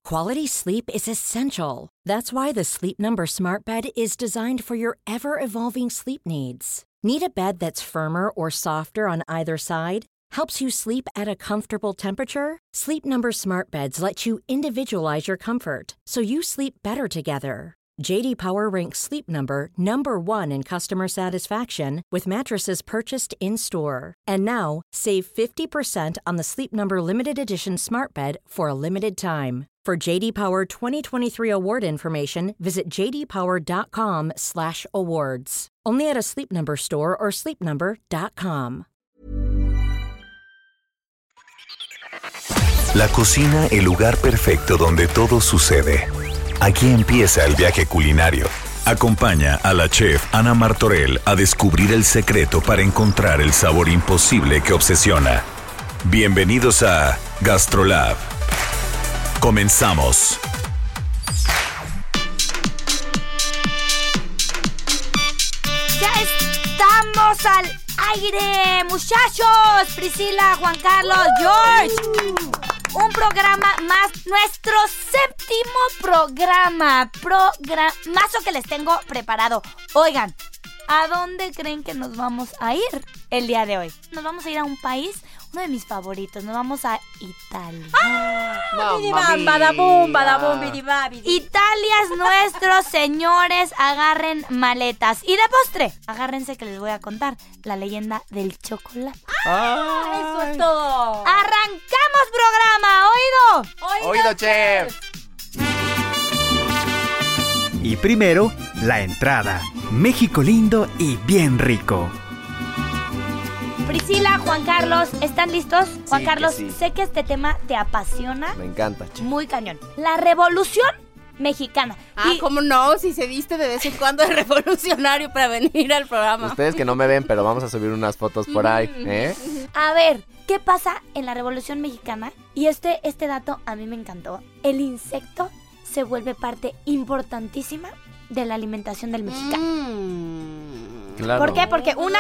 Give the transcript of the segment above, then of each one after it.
Quality sleep is essential. That's why the Sleep Number Smart Bed is designed for your ever-evolving sleep needs. Need a bed that's firmer or softer on either side? Helps you sleep at a comfortable temperature? Sleep Number Smart Beds let you individualize your comfort, so you sleep better together. J.D. Power ranks Sleep Number number 1 in customer satisfaction with mattresses purchased in-store. And now, save 50% on the Sleep Number Limited Edition Smart Bed for a limited time. For J.D. Power 2023 award information, visit jdpower.com/awards. Only at a Sleep Number store or sleepnumber.com. La cocina, el lugar perfecto donde todo sucede. Aquí empieza el viaje culinario. Acompaña a la chef Ana Martorell a descubrir el secreto para encontrar el sabor imposible que obsesiona. Bienvenidos a GastroLab. Comenzamos. ¡Ya estamos al aire, muchachos! Priscila, Juan Carlos, George. Un programa más, nuestro séptimo programazo que les tengo preparado. Oigan, ¿a dónde creen que nos vamos a ir el día de hoy? Nos vamos a ir a un país, uno de mis favoritos. Nos vamos a Italia. Italia es nuestro, señores. Agarren maletas. Y de postre, agárrense que les voy a contar la leyenda del chocolate. Eso es todo. ¡Arrancamos programa! Oído, chef. Y primero, la entrada. México lindo y bien rico. Priscila, Juan Carlos, ¿están listos? Juan Sí, Carlos, que sí. sé que este tema te apasiona. Me encanta, chef. Muy cañón. La Revolución Mexicana. Y ¿Cómo no? Si se viste de vez en cuando de revolucionario para venir al programa. Ustedes que no me ven, pero vamos a subir unas fotos por ahí, ¿eh? a ver, ¿qué pasa en la Revolución Mexicana? Y este dato a mí me encantó. El insecto se vuelve parte importantísima de la alimentación del mexicano. Claro. ¿Por qué? Porque una,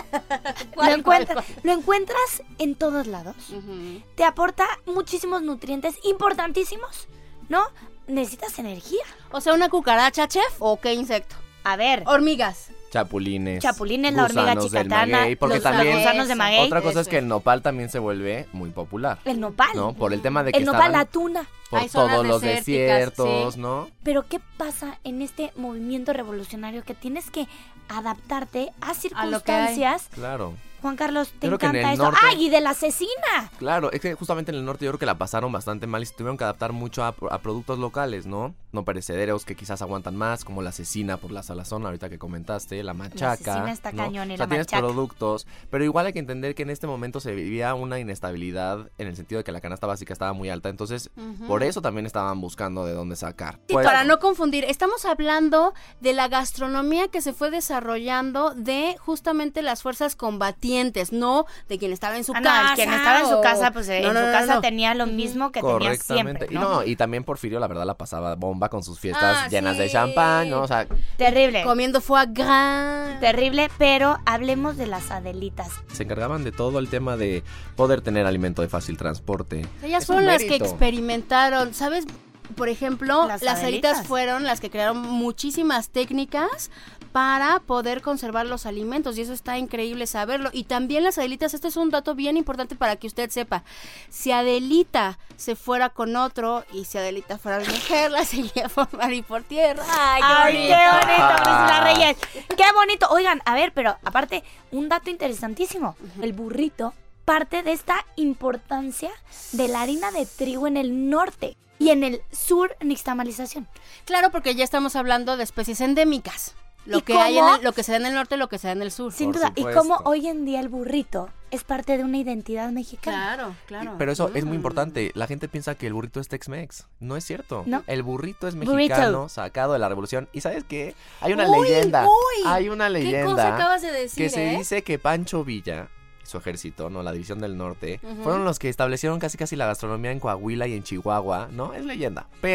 ¿Cuál? lo encuentras en todos lados. Te aporta muchísimos nutrientes importantísimos, ¿no? Necesitas energía. O sea, ¿una cucaracha, chef? ¿O qué insecto? A ver, Hormigas. Chapulines. la hormiga gusanos del chicatana, maguey, porque los también gusanos de maguey. otra cosa es Eso que es. el nopal también se vuelve muy popular, El nopal. ¿no? Por el tema de que El nopal, la estaban tuna. por Hay zonas todos los desérticas, desiertos, sí. ¿no? Pero ¿qué pasa en este movimiento revolucionario que tienes que adaptarte a lo que hay. circunstancias? Claro. Juan Carlos, te Creo que en encanta el eso. norte- ¡Ay, y de la asesina! Claro, es que justamente en el norte yo creo que la pasaron bastante mal y se tuvieron que adaptar mucho a productos locales, ¿no? No perecederos que quizás aguantan más, como la cecina por la salazón, ahorita que comentaste, la machaca. cecina está ¿no? cañón y o sea, la tienes machaca. productos, pero igual hay que entender que en este momento se vivía una inestabilidad en el sentido de que la canasta básica estaba muy alta, entonces por eso también estaban buscando de dónde sacar. Sí, Pues, para no confundir, estamos hablando de la gastronomía que se fue desarrollando de justamente las fuerzas combatientes, no de quien estaba en su casa. Quien estaba en su o- casa, pues en No, no, su no, casa no. tenía lo mismo que tenía correctamente. siempre, Y ¿no? no, y también Porfirio la verdad la pasaba bomba con sus fiestas llenas de sí. champán, ¿no? O sea, Terrible. Comiendo foie gras. Terrible, pero hablemos de las Adelitas. se encargaban de todo el tema de poder tener alimento de fácil transporte. Ellas Es un fueron las que mérito. experimentaron, ¿sabes? Por ejemplo, Las las Adelitas. Adelitas fueron las que crearon muchísimas técnicas para poder conservar los alimentos y eso está increíble saberlo. Y también las Adelitas, este es un dato bien importante para que usted sepa, si Adelita se fuera con otro y si Adelita fuera mujer, la seguía por mar y por tierra. ¡Ay, qué bonito, Priscila Reyes! ¡Qué bonito! Oigan, a ver, pero aparte, un dato interesantísimo. El burrito parte de esta importancia de la harina de trigo en el norte y en el sur, nixtamalización. Claro, porque ya estamos hablando de especies endémicas. Lo ¿Y que hay cómo? lo que se da en el norte, lo que se da en el sur. Sin Por duda. Y supuesto. cómo hoy en día el burrito es parte de una identidad mexicana. Claro, claro. Pero eso es muy importante. La gente piensa que el burrito es Tex-Mex. No es cierto. ¿No? El burrito es Burrito. mexicano, sacado de la revolución. ¿Y sabes qué? Hay una Uy, leyenda. uy, Hay una ¿Qué cosa leyenda acabas de decir, que se dice que Pancho Villa y su ejército, ¿no? La división del norte, Ujú. fueron los que establecieron casi la gastronomía en Coahuila y en Chihuahua, ¿no? Es leyenda. Pero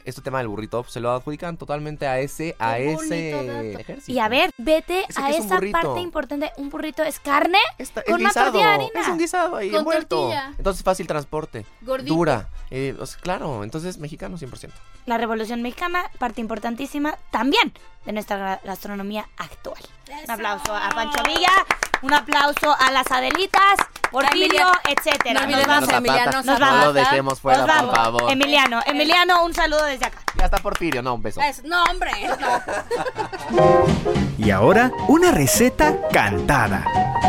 este tema del burrito se lo adjudican totalmente a ese ejército. Y a ver, vete ¿Ese a qué es un esa burrito? parte importante. Un burrito es carne Es con una guisado, tortilla de harina. es un guisado ahí Con envuelto. tortilla. Entonces fácil transporte. Gordito. Dura. Claro, entonces mexicano 100%. La Revolución Mexicana, parte importantísima también de nuestra gastronomía actual. Un aplauso a Pancho Villa, un aplauso a las Adelitas, Porfirio, etcétera. No olvidemos a Emiliano nos Zapata. vamos. No lo dejemos fuera, Nos vamos. por favor. Emiliano, un saludo desde acá. Ya está Porfirio, no, un beso. No, hombre, no. Y ahora, una receta cantada.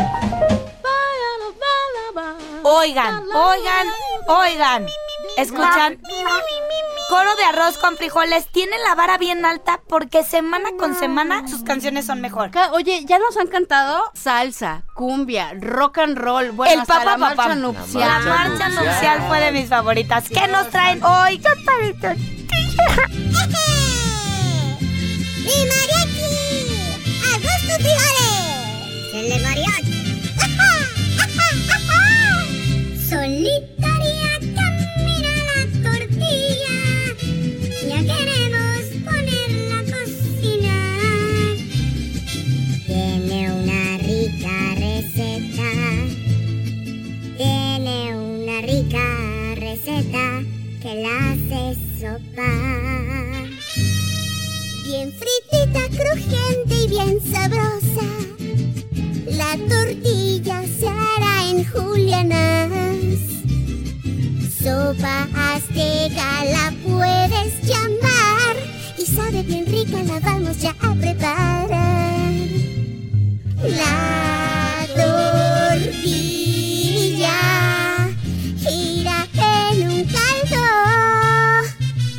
Oigan. ¿Escuchan? Coro de arroz con frijoles. Tienen la vara bien alta porque semana con semana sus canciones son mejor. Oye, ya nos han cantado salsa, cumbia, rock and roll, bueno, El hasta Papa la marcha Papá. nupcial. La marcha nupcial fue de mis favoritas. ¿Qué nos traen hoy? ¡Mi mariachi! ¡Augusto Flores! ¡El de mariachi! Solitaria camina la tortilla. Ya queremos ponerla a cocinar. Tiene una rica receta. Tiene una rica receta que la hace sopa. Bien fritita, crujiente y bien sabrosa. La tortilla se hará en julianas. Sopa azteca la puedes llamar. Y sabe bien rica, la vamos ya a preparar. La tortilla gira en un caldo.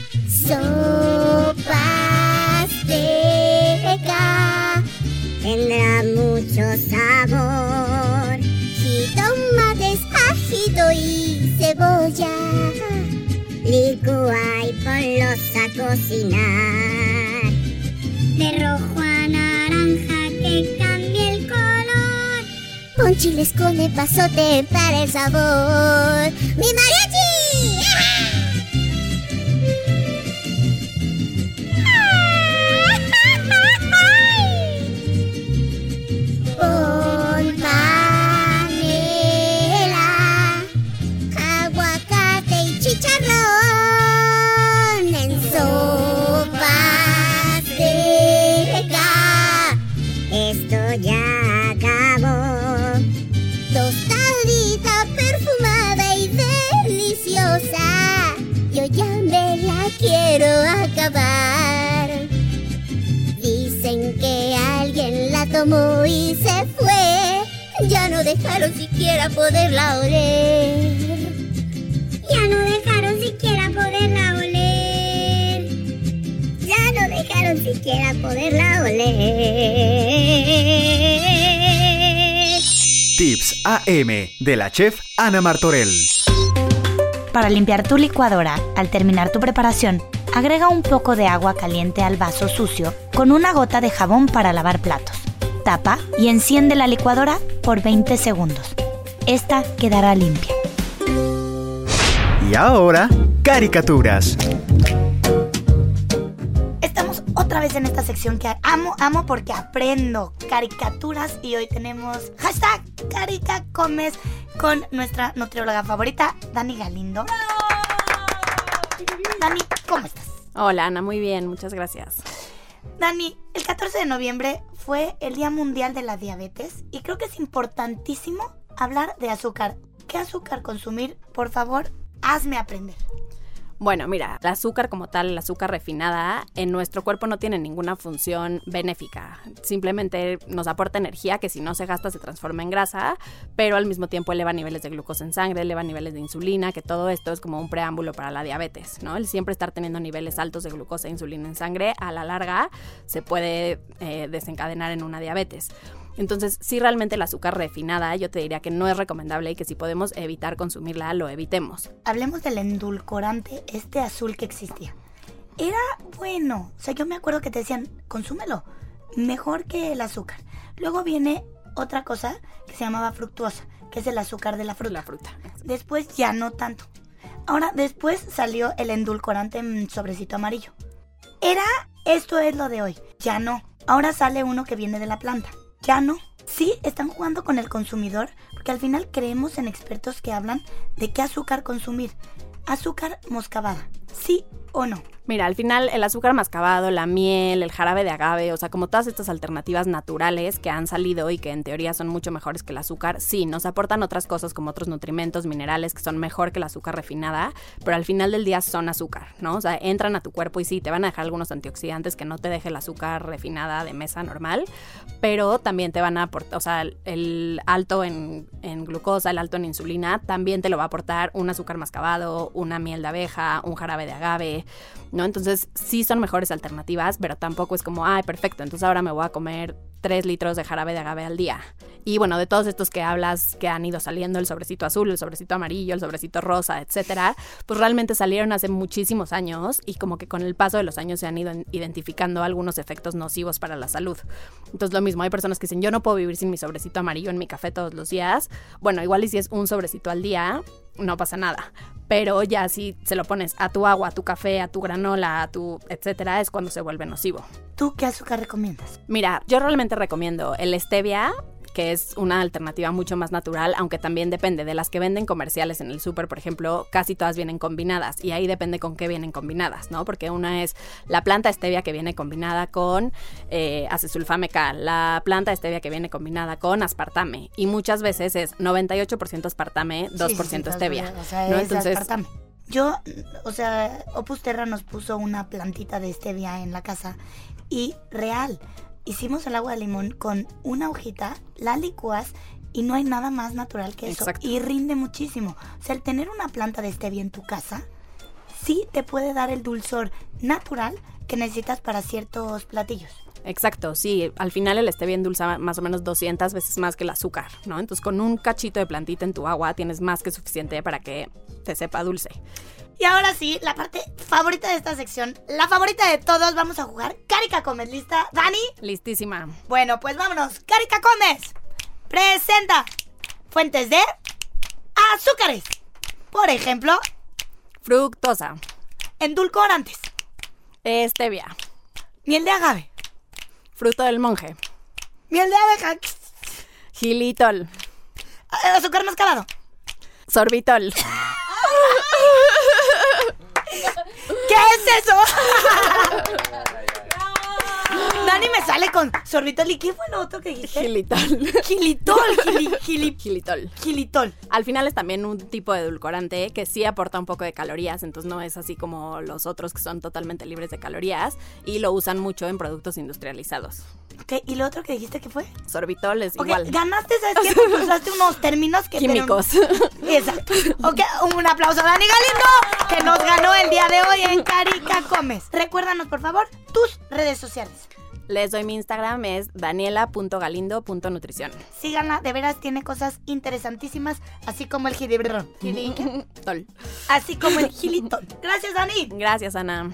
Sopa azteca tendrá mucho sabor. Jitomates, ajito y cebolla. Licúa y ponlos a cocinar. De rojo a naranja que cambie el color. Pon chiles con el pasote para el sabor. ¡Mi mariachi! Con panela, aguacate y chicharrón en sopa azteca. Esto ya acabó. Tostadita, perfumada y deliciosa. Yo ya me la quiero acabar. Dicen que alguien la tomó y se fue. Ya no dejaron siquiera poderla oler. Ya no dejaron siquiera poderla oler. Ya no dejaron siquiera poderla oler. Tips AM de la chef Ana Martorell. Para limpiar tu licuadora, al terminar tu preparación, agrega un poco de agua caliente al vaso sucio con una gota de jabón para lavar platos. Tapa y enciende la licuadora por 20 segundos. Esta quedará limpia. Y ahora, caricaturas. Estamos otra vez en esta sección que amo porque aprendo. Caricaturas, y hoy tenemos hashtag Caricacomes con nuestra nutrióloga favorita, Dani Galindo. Dani, ¿cómo estás? Hola, Ana, muy bien, muchas gracias. Dani, el 14 de noviembre fue el Día Mundial de la Diabetes y creo que es importantísimo hablar de azúcar. ¿Qué azúcar consumir? Por favor, hazme aprender. Bueno, mira, el azúcar como tal, el azúcar refinada, en nuestro cuerpo no tiene ninguna función benéfica. Simplemente nos aporta energía que si no se gasta se transforma en grasa, pero al mismo tiempo eleva niveles de glucosa en sangre, eleva niveles de insulina, que todo esto es como un preámbulo para la diabetes, ¿no? El siempre estar teniendo niveles altos de glucosa e insulina en sangre, a la larga se puede desencadenar en una diabetes. Entonces, sí, realmente el azúcar refinada yo te diría que no es recomendable y que si podemos evitar consumirla, lo evitemos. Hablemos del endulcorante, este azul que existía. Era bueno, o sea, yo me acuerdo que te decían, consúmelo, mejor que el azúcar. Luego viene otra cosa que se llamaba fructuosa, que es el azúcar de la fruta. La fruta. Después ya no tanto. Ahora, después salió el endulcorante en sobrecito amarillo. Esto es lo de hoy. Ya no. Ahora sale uno que viene de la planta. Ya no. Sí, están jugando con el consumidor porque al final creemos en expertos que hablan de qué azúcar consumir. Azúcar moscabada. ¿Sí o no? Mira, al final el azúcar mascabado, la miel, el jarabe de agave, o sea, como todas estas alternativas naturales que han salido y que en teoría son mucho mejores que el azúcar, sí, nos aportan otras cosas como otros nutrimentos, minerales que son mejor que el azúcar refinada, pero al final del día son azúcar, ¿no? O sea, entran a tu cuerpo y sí, te van a dejar algunos antioxidantes que no te deje el azúcar refinada de mesa normal, pero también te van a aportar, o sea, el alto en glucosa, el alto en insulina, también te lo va a aportar un azúcar mascabado, una miel de abeja, un jarabe de agave, ¿no? Entonces sí son mejores alternativas, pero tampoco es como, ay, perfecto, entonces ahora me voy a comer 3 litros de jarabe de agave al día. Y bueno, de todos estos que hablas que han ido saliendo, el sobrecito azul, el sobrecito amarillo, el sobrecito rosa, etcétera, pues realmente salieron hace muchísimos años y como que con el paso de los años se han ido identificando algunos efectos nocivos para la salud. Entonces lo mismo, hay personas que dicen, yo no puedo vivir sin mi sobrecito amarillo en mi café todos los días. Bueno, igual y si es un sobrecito al día, no pasa nada. Pero ya si se lo pones a tu agua, a tu café, a tu granola, a tu etcétera, es cuando se vuelve nocivo. ¿Tú qué azúcar recomiendas? Mira, yo realmente recomiendo el stevia, que es una alternativa mucho más natural, aunque también depende de las que venden comerciales en el súper, por ejemplo, casi todas vienen combinadas y ahí depende con qué vienen combinadas, ¿no? Porque una es la planta stevia que viene combinada con acesulfame K, la planta stevia que viene combinada con aspartame y muchas veces es 98% aspartame, 2% stevia. O sea, ¿no? es Entonces, aspartame. Yo, o sea, Opus Terra nos puso una plantita de stevia en la casa y real, hicimos el agua de limón con una hojita, la licuas y no hay nada más natural que eso. Exacto. Y rinde muchísimo. O sea, el tener una planta de stevia en tu casa sí te puede dar el dulzor natural que necesitas para ciertos platillos. Exacto, sí, al final el stevia endulza más o menos 200 veces más que el azúcar, ¿no? Entonces con un cachito de plantita en tu agua tienes más que suficiente para que te sepa dulce. Y ahora sí, la parte favorita de esta sección, la favorita de todos, vamos a jugar Carica Comes. ¿Lista, Dani? Listísima. Bueno, pues vámonos. Carica Comes presenta fuentes de azúcares. Por ejemplo, Fructosa, endulcorantes, stevia, miel de agave, fruto del monje, miel de abeja, xilitol, azúcar mascabado, sorbitol. ¿Qué es eso? Dani me sale con sorbitol. ¿Y qué fue lo otro que dijiste? Xilitol. Xilitol. Al final es también un tipo de edulcorante que sí aporta un poco de calorías, entonces no es así como los otros que son totalmente libres de calorías y lo usan mucho en productos industrializados. Okay, ¿y lo otro que dijiste qué fue? Sorbitol es Okay, igual. ganaste, ¿sabes qué? Porque usaste unos términos que... Químicos. Exacto. Ok, un aplauso a Dani Galindo, que nos ganó el día de hoy en Carica Comes. Recuérdanos, por favor, tus redes sociales. Les doy mi Instagram, es daniela.galindo.nutrición. Síganla, de veras tiene cosas interesantísimas, así como el gilibrón. Tol. Así como el gilitol. Gracias, Dani. Gracias, Ana.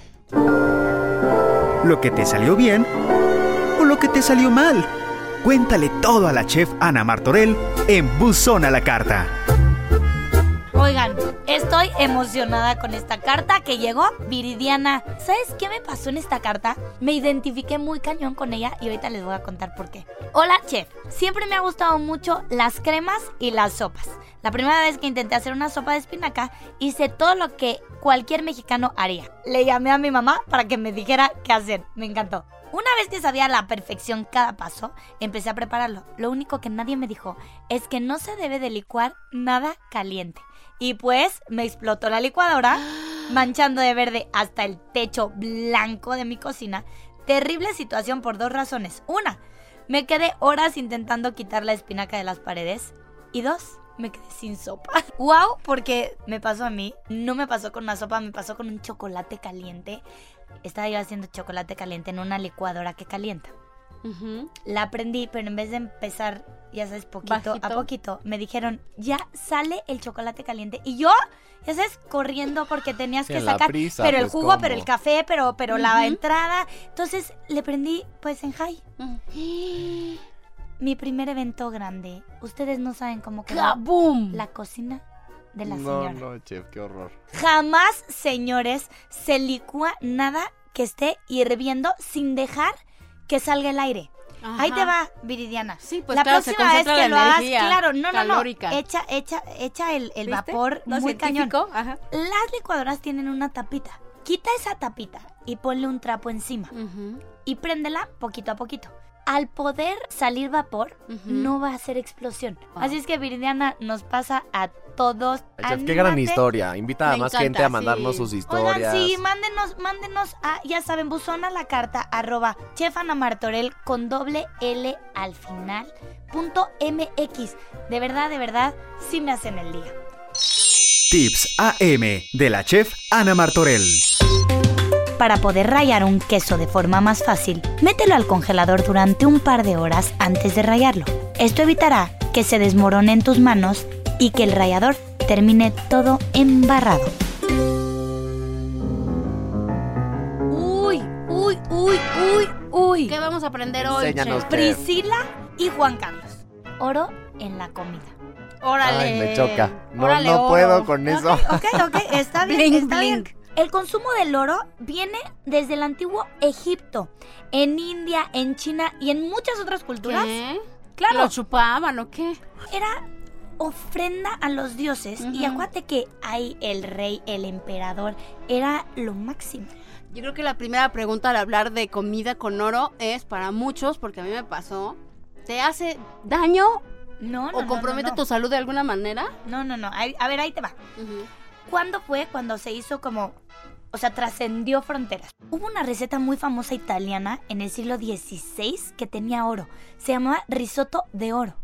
Lo que te salió bien o lo que te salió mal. Cuéntale todo a la chef Ana Martorell en Buzón a la Carta. Oigan, estoy emocionada con esta carta que llegó Viridiana. ¿Sabes qué me pasó en esta carta? Me identifiqué muy cañón con ella y ahorita les voy a contar por qué. Hola, chef. Siempre me ha gustado mucho las cremas y las sopas. La primera vez que intenté hacer una sopa de espinaca, hice todo lo que cualquier mexicano haría. Le llamé a mi mamá para que me dijera qué hacer. Me encantó. Una vez que sabía a la perfección cada paso, empecé a prepararlo. Lo único que nadie me dijo es que no se debe de licuar nada caliente. Y pues me explotó la licuadora, manchando de verde hasta el techo blanco de mi cocina. Terrible situación por 2 razones. 1, me quedé horas intentando quitar la espinaca de las paredes. Y 2, me quedé sin sopa. ¡Wow! Porque me pasó a mí. No me pasó con una sopa, me pasó con un chocolate caliente. Estaba yo haciendo chocolate caliente en una licuadora que calienta. La prendí, pero en vez de empezar, ya sabes, poquito a poquito, me dijeron, ya sale el chocolate caliente. Y yo, ya sabes, corriendo porque tenías que sacar, prisa, pero el pues, jugo, ¿cómo? pero el café, pero la entrada. Entonces le prendí, pues, en high. Mi primer evento grande. Ustedes no saben cómo quedó ¡Kabum! la cocina de la señora. No, chef, qué horror. Jamás, señores, se licúa nada que esté hirviendo sin dejar que salga el aire. Ajá. Ahí te va, Viridiana. Sí, pues la claro, se próxima vez concentra que la lo hagas, energía claro, no. calórica. Echa el ¿Viste? vapor ¿No muy cañón. científico? Ajá. Las licuadoras tienen una tapita. Quita esa tapita y ponle un trapo encima. Ujú. Y préndela poquito a poquito. Al poder salir vapor, no va a hacer explosión. Así es que Viridiana nos pasa a todos. Ay, chef, qué gran Anímate. historia. Invita a Me más encanta, gente a mandarnos sí. sus historias. Oigan, sí, mándenos a, ya saben, buzón a la carta, @chefanamartorell con doble L al final, .mx. De verdad, sí me hacen el día. Tips AM de la chef Ana Martorell. Para poder rallar un queso de forma más fácil, mételo al congelador durante un par de horas antes de rallarlo. Esto evitará que se desmorone en tus manos y que el rallador termine todo embarrado. Uy. ¿Qué vamos a aprender hoy, Enséñanos, chef? Priscila y Juan Carlos. Oro en la comida. Órale. Ay, me choca. No, Órale, no oro. puedo con eso. Ok, está bien, Bling, está bien. bling. El consumo del oro viene desde el antiguo Egipto, en India, en China y en muchas otras culturas. ¿Qué? Claro. ¿Lo chupaban o qué? Era ofrenda a los dioses. Y acuérdate que ahí el rey, el emperador, era lo máximo. Yo creo que la primera pregunta al hablar de comida con oro es para muchos, porque a mí me pasó, ¿te hace daño No, o compromete tu salud de alguna manera? No. A ver, ahí te va. ¿Cuándo fue cuando se hizo como, o sea, trascendió fronteras? Hubo una receta muy famosa italiana en el siglo XVI que tenía oro. Se llamaba risotto de oro.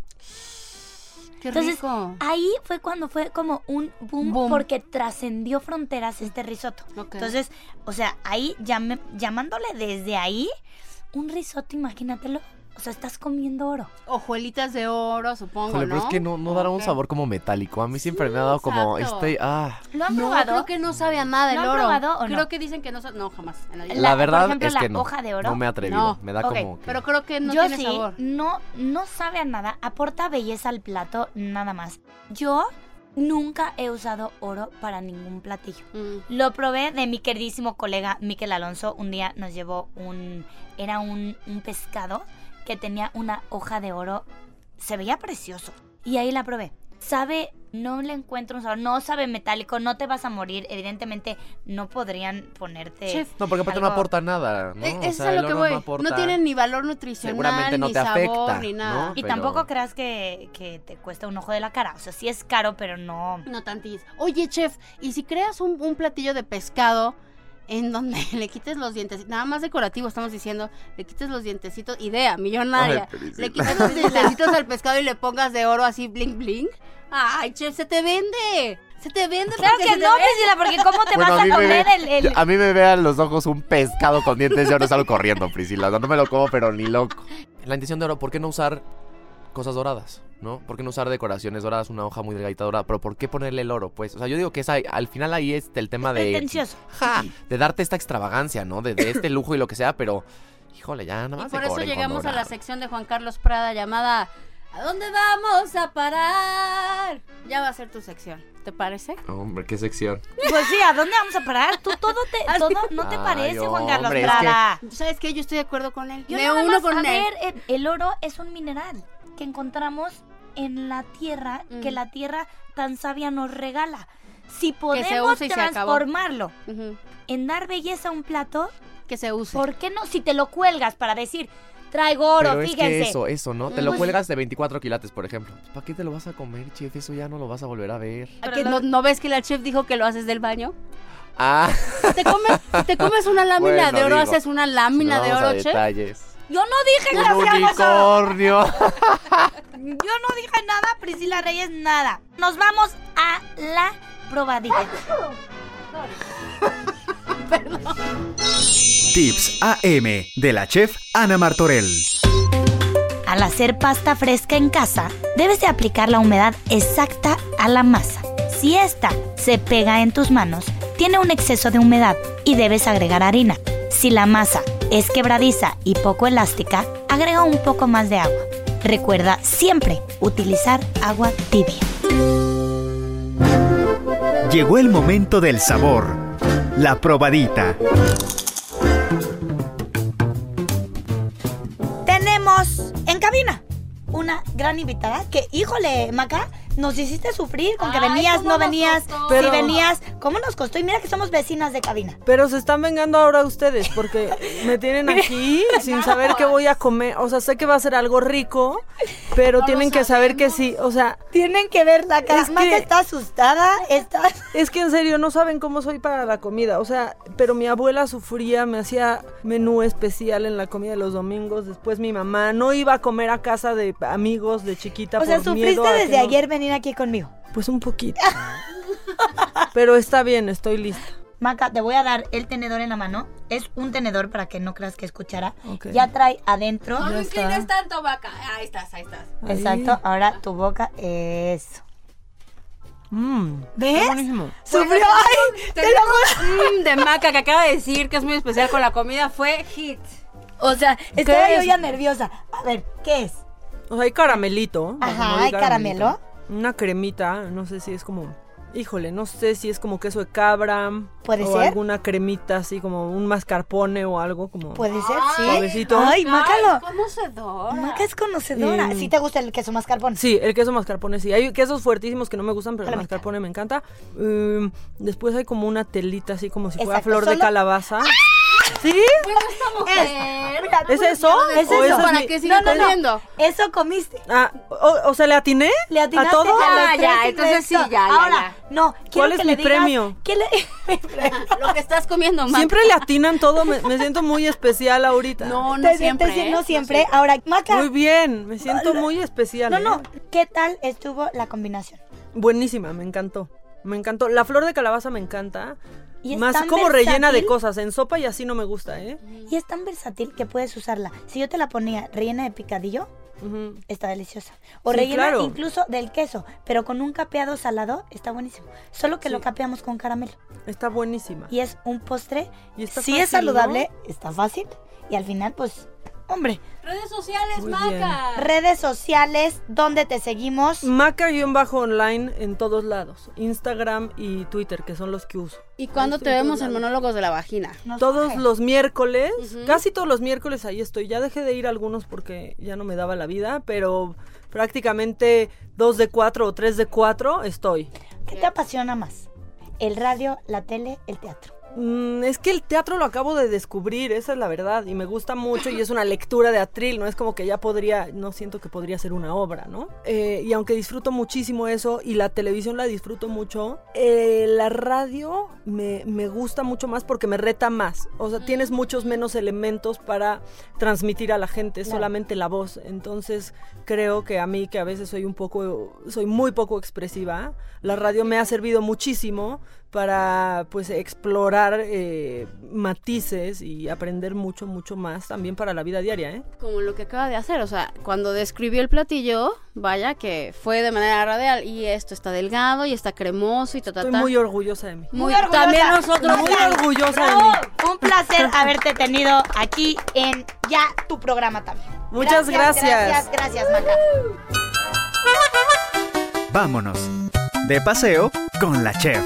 Qué Entonces, rico. ahí fue cuando fue como un boom. Porque trascendió fronteras este risotto. Ok. Entonces, o sea, ahí llamándole desde ahí, un risotto, imagínatelo. O sea, estás comiendo oro. Hojuelitas de oro, supongo, Híjole, ¿no? pero es que no dará un Ok. sabor como metálico. A mí siempre me ha dado como exacto. ¿Lo han No, probado? creo que no sabe a nada el ¿Lo han oro. probado o no? Creo que dicen que no sabe. No, jamás. En la vida. La por verdad ejemplo, es la que no. hoja de oro. No me he atrevido. No. Me da Ok, como que... Pero creo que no Yo tiene sí, sabor. no sabe a nada, aporta belleza al plato, nada más. Yo nunca he usado oro para ningún platillo. Lo probé de mi queridísimo colega Miquel Alonso. Un día nos llevó un pescado que tenía una hoja de oro. Se veía precioso. Y ahí la probé. Sabe, no le encuentro un sabor, no sabe metálico, no te vas a morir. Evidentemente no podrían ponerte... Chef, No, porque aparte no algo- aporta nada, ¿no? Eso O es sea, a el lo que oro voy. no aporta... No tiene ni valor nutricional, Seguramente no ni te sabor, afecta, ni nada. ¿no? Y pero- tampoco creas que te cuesta un ojo de la cara. O sea, sí es caro, pero no... No tantis. Oye, chef, ¿y si creas un platillo de pescado en donde le quites los dientes, nada más decorativo estamos diciendo, le quites los dientecitos, idea millonaria, Ay, Priscila. le quites los dientecitos al pescado y le pongas de oro así bling bling? Ay, chef, se te vende. Se te vende. Claro porque que se te no, vende. Priscila, porque ¿cómo te Bueno, vas a comer el... A mí me vean los ojos un pescado con dientes de oro, salgo corriendo, Priscila. O sea, no me lo como, pero ni loco. La intención de oro, ¿por qué no usar cosas doradas? ¿No? ¿Por qué no usar decoraciones doradas, una hoja muy delgadita dorada? Pero ¿por qué ponerle el oro? Pues, o sea, yo digo que al final ahí es el tema de... Pretencioso. Ja, de darte esta extravagancia, ¿no? De este lujo y lo que sea, pero... Híjole, ya nada Y más por eso decoren con llegamos a la dorado. sección de Juan Carlos Prada llamada ¿A dónde vamos a parar? Ya va a ser tu sección, ¿te parece? Hombre, qué sección. Pues sí, ¿a dónde vamos a parar? Tú todo no te Ay, parece, Juan Carlos hombre, es Prada. ¿Sabes qué? Yo estoy de acuerdo con él. Yo Me nada uno más, con a él. ver, el oro es un mineral que encontramos en la tierra, que la tierra tan sabia nos regala. Si podemos use y se acabó. transformarlo Ujú. en dar belleza a un plato, Que se use. ¿por qué no? Si te lo cuelgas para decir, traigo oro, Pero es fíjense. que eso, ¿no? Te lo Pues- cuelgas de 24 quilates, por ejemplo. ¿Para qué te lo vas a comer, chef? Eso ya no lo vas a volver a ver. ¿A que ¿No ves que la chef dijo que lo haces del baño? Ah, Te comes una lámina Bueno, de oro, digo, haces una lámina de vamos a oro, chef. detalles. Yo no dije que Un hacíamos oro. unicornio. Yo no dije nada, Priscila Reyes, nada. Nos vamos a la probadita. Tips AM de la chef Ana Martorell. Al hacer pasta fresca en casa, debes de aplicar la humedad exacta a la masa. Si esta se pega en tus manos, tiene un exceso de humedad y debes agregar harina. Si la masa es quebradiza y poco elástica, agrega un poco más de agua. Recuerda siempre utilizar agua tibia. Llegó el momento del sabor. La probadita. Tenemos en cabina una gran invitada que, híjole, Maca, nos hiciste sufrir con que venías, no venías, Pero- si venías. ¿Cómo nos costó? Y mira que somos vecinas de cabina. Pero se están vengando ahora ustedes porque me tienen aquí sin saber qué voy a comer. O sea, sé que va a ser algo rico, pero tienen que saber que sí. O sea, Tienen que ver la cara. Es Maca que- está asustada. es que en serio no saben cómo soy para la comida. O sea, pero mi abuela sufría, me hacía menú especial en la comida de los domingos. Después mi mamá no iba a comer a casa de amigos de chiquita O sea, por miedo sufriste a que desde no- ayer venir aquí conmigo. Pues un poquito. Pero está bien, estoy lista. Maca, te voy a dar el tenedor en la mano. Es un tenedor para que no creas que es cuchara. Ok. Ya trae adentro. No Ya lo está. inclines tanto, vaca. Ahí estás, ahí estás. Ahí. Exacto. Ahora tu boca. Eso. ¿Ves? Está buenísimo. Sufrió. Ay, te lo juro. De Maca que acaba de decir que es muy especial con la comida fue hit. O sea, estaba ¿Qué yo es? ya nerviosa. A ver, ¿qué es? O sea, hay caramelito. Ajá, como di hay caramelo. Una cremita, no sé si es como... Híjole, no sé si es como queso de cabra. ¿Puede o ser? alguna cremita así como un mascarpone o algo como... Puede ser, sí. Suavecito. Ay, Maca lo. Conocedora. Maca es conocedora. Y- ¿Sí te gusta el queso mascarpone? Sí, el queso mascarpone sí. Hay quesos fuertísimos que no me gustan, pero el Calamita. mascarpone me encanta. Después hay como una telita así como si fuera Exacto, flor de solo- calabaza. ¿Sí? Bueno, esta mujer. Mira, ¿Es eso? ¿Es ¿O eso? es ¿Para mi- qué sigue comiendo? Eso comiste. Ah, o sea, ¿le atiné? ¿Le atinaste ¿A todo? a los Ah, tres ya, entonces sí, ingredientes? ya, ya, Ahora, no, quiero ¿Cuál es que mi le digas- premio? ¿Qué le... Lo que estás comiendo, Maca. Siempre le atinan todo, me siento muy especial ahorita. No, no Te siempre. sientes ¿eh? no siempre. Ahora, Maca. Muy bien, me siento muy especial. No, no. ¿eh? ¿Qué tal estuvo la combinación? Buenísima, me encantó. Me encantó. La flor de calabaza me encanta. Y es Más tan como rellena de versátil. cosas. En sopa y así no me gusta, ¿eh? Y es tan versátil que puedes usarla. Si yo te la ponía rellena de picadillo, Ujú. está deliciosa. O Sí, rellena claro. incluso del queso, pero con un capeado salado, está buenísimo. Solo que Sí. lo capeamos con caramelo. Está buenísima. Y es un postre. Y está sí es fácil, ¿no? saludable, está fácil. Y al final, pues, hombre, Redes sociales, Muy Maca. redes sociales, ¿dónde te seguimos? Maca-online en todos lados. Instagram y Twitter, que son los que uso. ¿Y cuándo Ahí te estoy en vemos todos en lados. Monólogos de la Vagina? Nos Todos surge. los miércoles, casi todos los miércoles ahí estoy. Ya dejé de ir a algunos porque ya no me daba la vida, pero prácticamente 2 de 4 o 3 de 4 estoy. ¿Qué te apasiona más? ¿El radio, la tele, el teatro? Es que el teatro lo acabo de descubrir, esa es la verdad, y me gusta mucho y es una lectura de atril, no es como que ya podría, no siento que podría ser una obra, ¿no? Y aunque disfruto muchísimo eso y la televisión la disfruto mucho, la radio me gusta mucho más porque me reta más, o sea, tienes muchos menos elementos para transmitir a la gente, Claro. solamente la voz, entonces creo que a mí que a veces soy muy poco expresiva, la radio me ha servido muchísimo para pues explorar matices y aprender mucho más también para la vida diaria, ¿eh? Como lo que acaba de hacer, o sea, cuando describió el platillo, vaya que fue de manera radial y esto está delgado y está cremoso y ta ta ta. Estoy muy orgullosa de mí. Muy orgullosa. también nosotros Muy Maca, orgullosa de mí. Un placer haberte tenido aquí en ya tu programa también. Muchas gracias. Gracias, Maca. Vámonos. De paseo con la chef.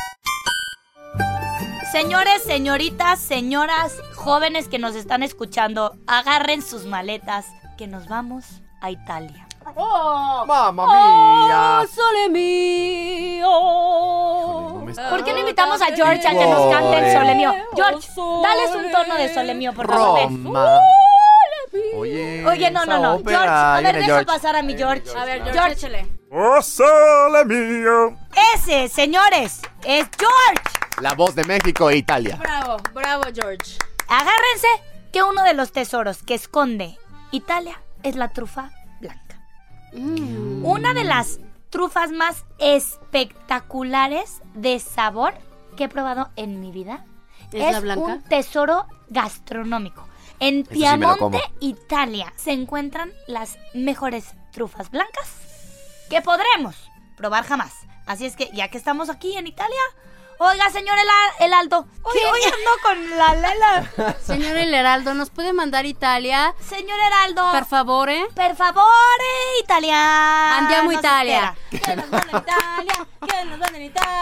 Señores, señoritas, señoras, jóvenes que nos están escuchando, agarren sus maletas que nos vamos a Italia. ¡Mamma mía! Sole mío. ¿Por qué no invitamos a George a que nos cante el Sole Mío? George, dales un tono de Sole Mío, por favor. ven. Roma. Oye, Oye, no. esa George, ópera. a ver, Viene deja George. pasar a mi George. A ver, George, échale. ¡Oh, sole mío! Ese, señores, es George. La voz de México e Italia. Bravo, bravo, George. Agárrense que uno de los tesoros que esconde Italia es la trufa blanca. Una de las trufas más espectaculares de sabor que he probado en mi vida. ¿Es la blanca? Un tesoro gastronómico. En sí me lo Piamonte, como. Italia, se encuentran las mejores trufas blancas que podremos probar jamás. Así es que, ya que estamos aquí en Italia, oiga, señor el Aldo, hoy ando con la Lela. Señor El Heraldo, ¿nos puede mandar Italia? Señor Heraldo, Per favore. per favore, Italia. Andiamo Nos Italia. espera. Que nos manden Italia, que nos manden Italia.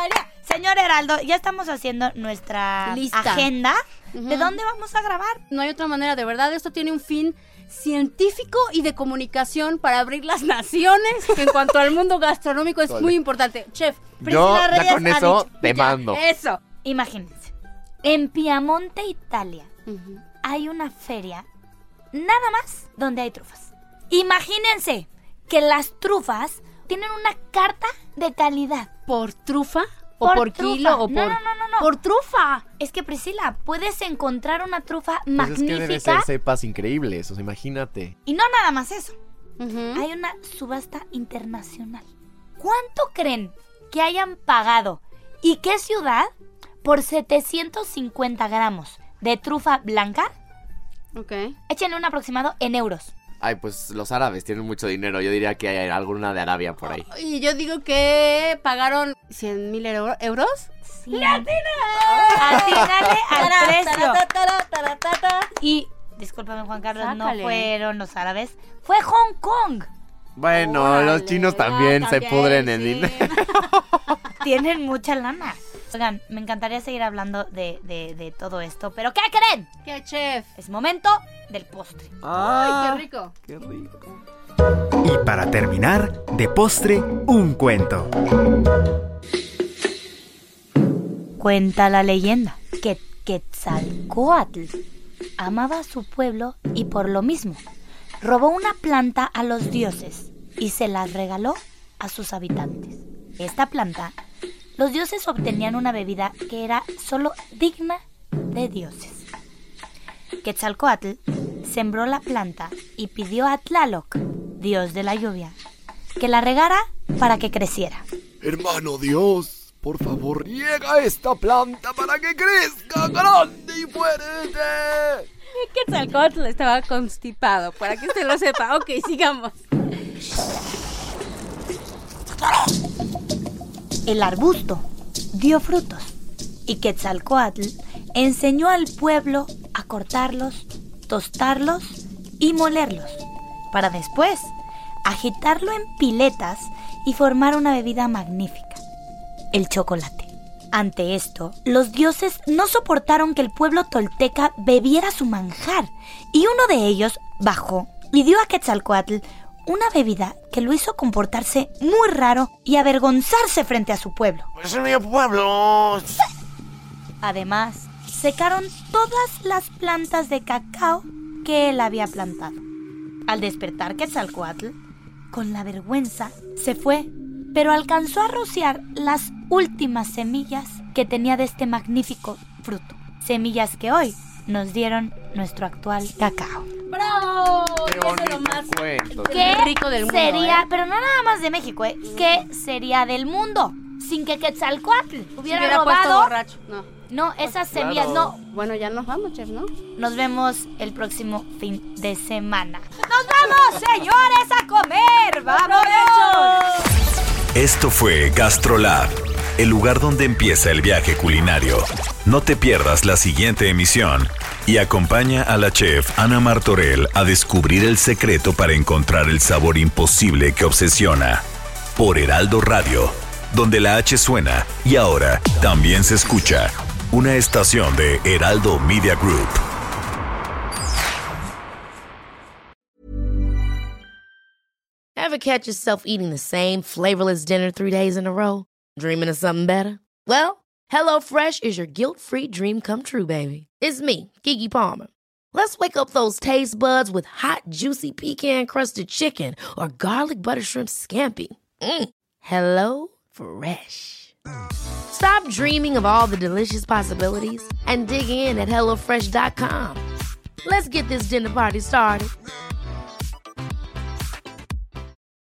Señor Heraldo, ya estamos haciendo nuestra Lista. agenda. Ujú. ¿De dónde vamos a grabar? No hay otra manera, de verdad, esto tiene un fin científico y de comunicación para abrir las naciones, que en cuanto al mundo gastronómico es muy importante. Chef, Yo Priscila Reyes ya con ha eso dicho- te Ya, mando. Eso. Imagínense. En Piamonte, Italia, hay una feria nada más donde hay trufas. Imagínense que las trufas tienen una carta de calidad. ¿Por trufa? ¿O Por por trufa. kilo? ¿O No, por...? no. ¡Por trufa! Es que, Priscila, puedes encontrar una trufa Pues es que debe magnífica. ser cepas increíbles, o sea, imagínate. Y no nada más eso. Ujú. Hay una subasta internacional. ¿Cuánto creen que hayan pagado y qué ciudad por 750 gramos de trufa blanca? Ok. Échenle un aproximado en euros. Ay, pues los árabes tienen mucho dinero. Yo diría que hay alguna de Arabia por ahí. Y yo digo que pagaron 100,000 euros. Sí. Atínale al precio. Y, discúlpame, Juan Carlos, Sácale. no fueron los árabes. Fue Hong Kong. Bueno, Órale, los chinos también se también, pudren en sí. dinero. Tienen mucha lana. Oigan, me encantaría seguir hablando de todo esto, pero ¿qué creen? ¿Qué, chef? Es momento del postre. ¡Ay, qué rico! Qué rico. Y para terminar, de postre, un cuento. Cuenta la leyenda que Quetzalcóatl amaba a su pueblo y por lo mismo robó una planta a los dioses y se la regaló a sus habitantes. Esta planta, los dioses obtenían una bebida que era solo digna de dioses. Quetzalcóatl sembró la planta y pidió a Tlaloc, dios de la lluvia, que la regara para que creciera. Hermano Dios, por favor, riega esta planta para que crezca grande y fuerte. Quetzalcóatl estaba constipado, para que usted lo sepa. Ok, sigamos. El arbusto dio frutos y Quetzalcóatl enseñó al pueblo a cortarlos, tostarlos y molerlos, para después agitarlo en piletas y formar una bebida magnífica, el chocolate. Ante esto, los dioses no soportaron que el pueblo tolteca bebiera su manjar y uno de ellos bajó y dio a Quetzalcóatl una bebida que lo hizo comportarse muy raro y avergonzarse frente a su pueblo. ¡Es mi pueblo! Además, secaron todas las plantas de cacao que él había plantado. Al despertar Quetzalcóatl, con la vergüenza, se fue, pero alcanzó a rociar las últimas semillas que tenía de este magnífico fruto. Semillas que hoy nos dieron nuestro actual cacao. ¡Bravo! Qué Eso es bonito lo más cuento. ¿Qué rico del mundo, sería, ¿eh? pero no nada más de México, ¿qué sería del mundo sin que Quetzalcóatl hubiera puesto robado? borracho. No. Esas semillas, claro. no. Bueno, ya nos vamos, chef, ¿no? Nos vemos el próximo fin de semana. ¡Nos vamos, señores, a comer! ¡Vamos! Esto fue GastroLab, el lugar donde empieza el viaje culinario. No te pierdas la siguiente emisión y acompaña a la chef Ana Martorell a descubrir el secreto para encontrar el sabor imposible que obsesiona. Por Heraldo Radio, donde la H suena y ahora también se escucha. Una estación de Heraldo Media Group. Ever catch yourself eating the same flavorless dinner 3 days in a row? Dreaming of something better? Well, HelloFresh is your guilt-free dream come true, baby. It's me, Keke Palmer. Let's wake up those taste buds with hot, juicy pecan-crusted chicken or garlic butter shrimp scampi. Hello Fresh. Stop dreaming of all the delicious possibilities and dig in at HelloFresh.com. Let's get this dinner party started.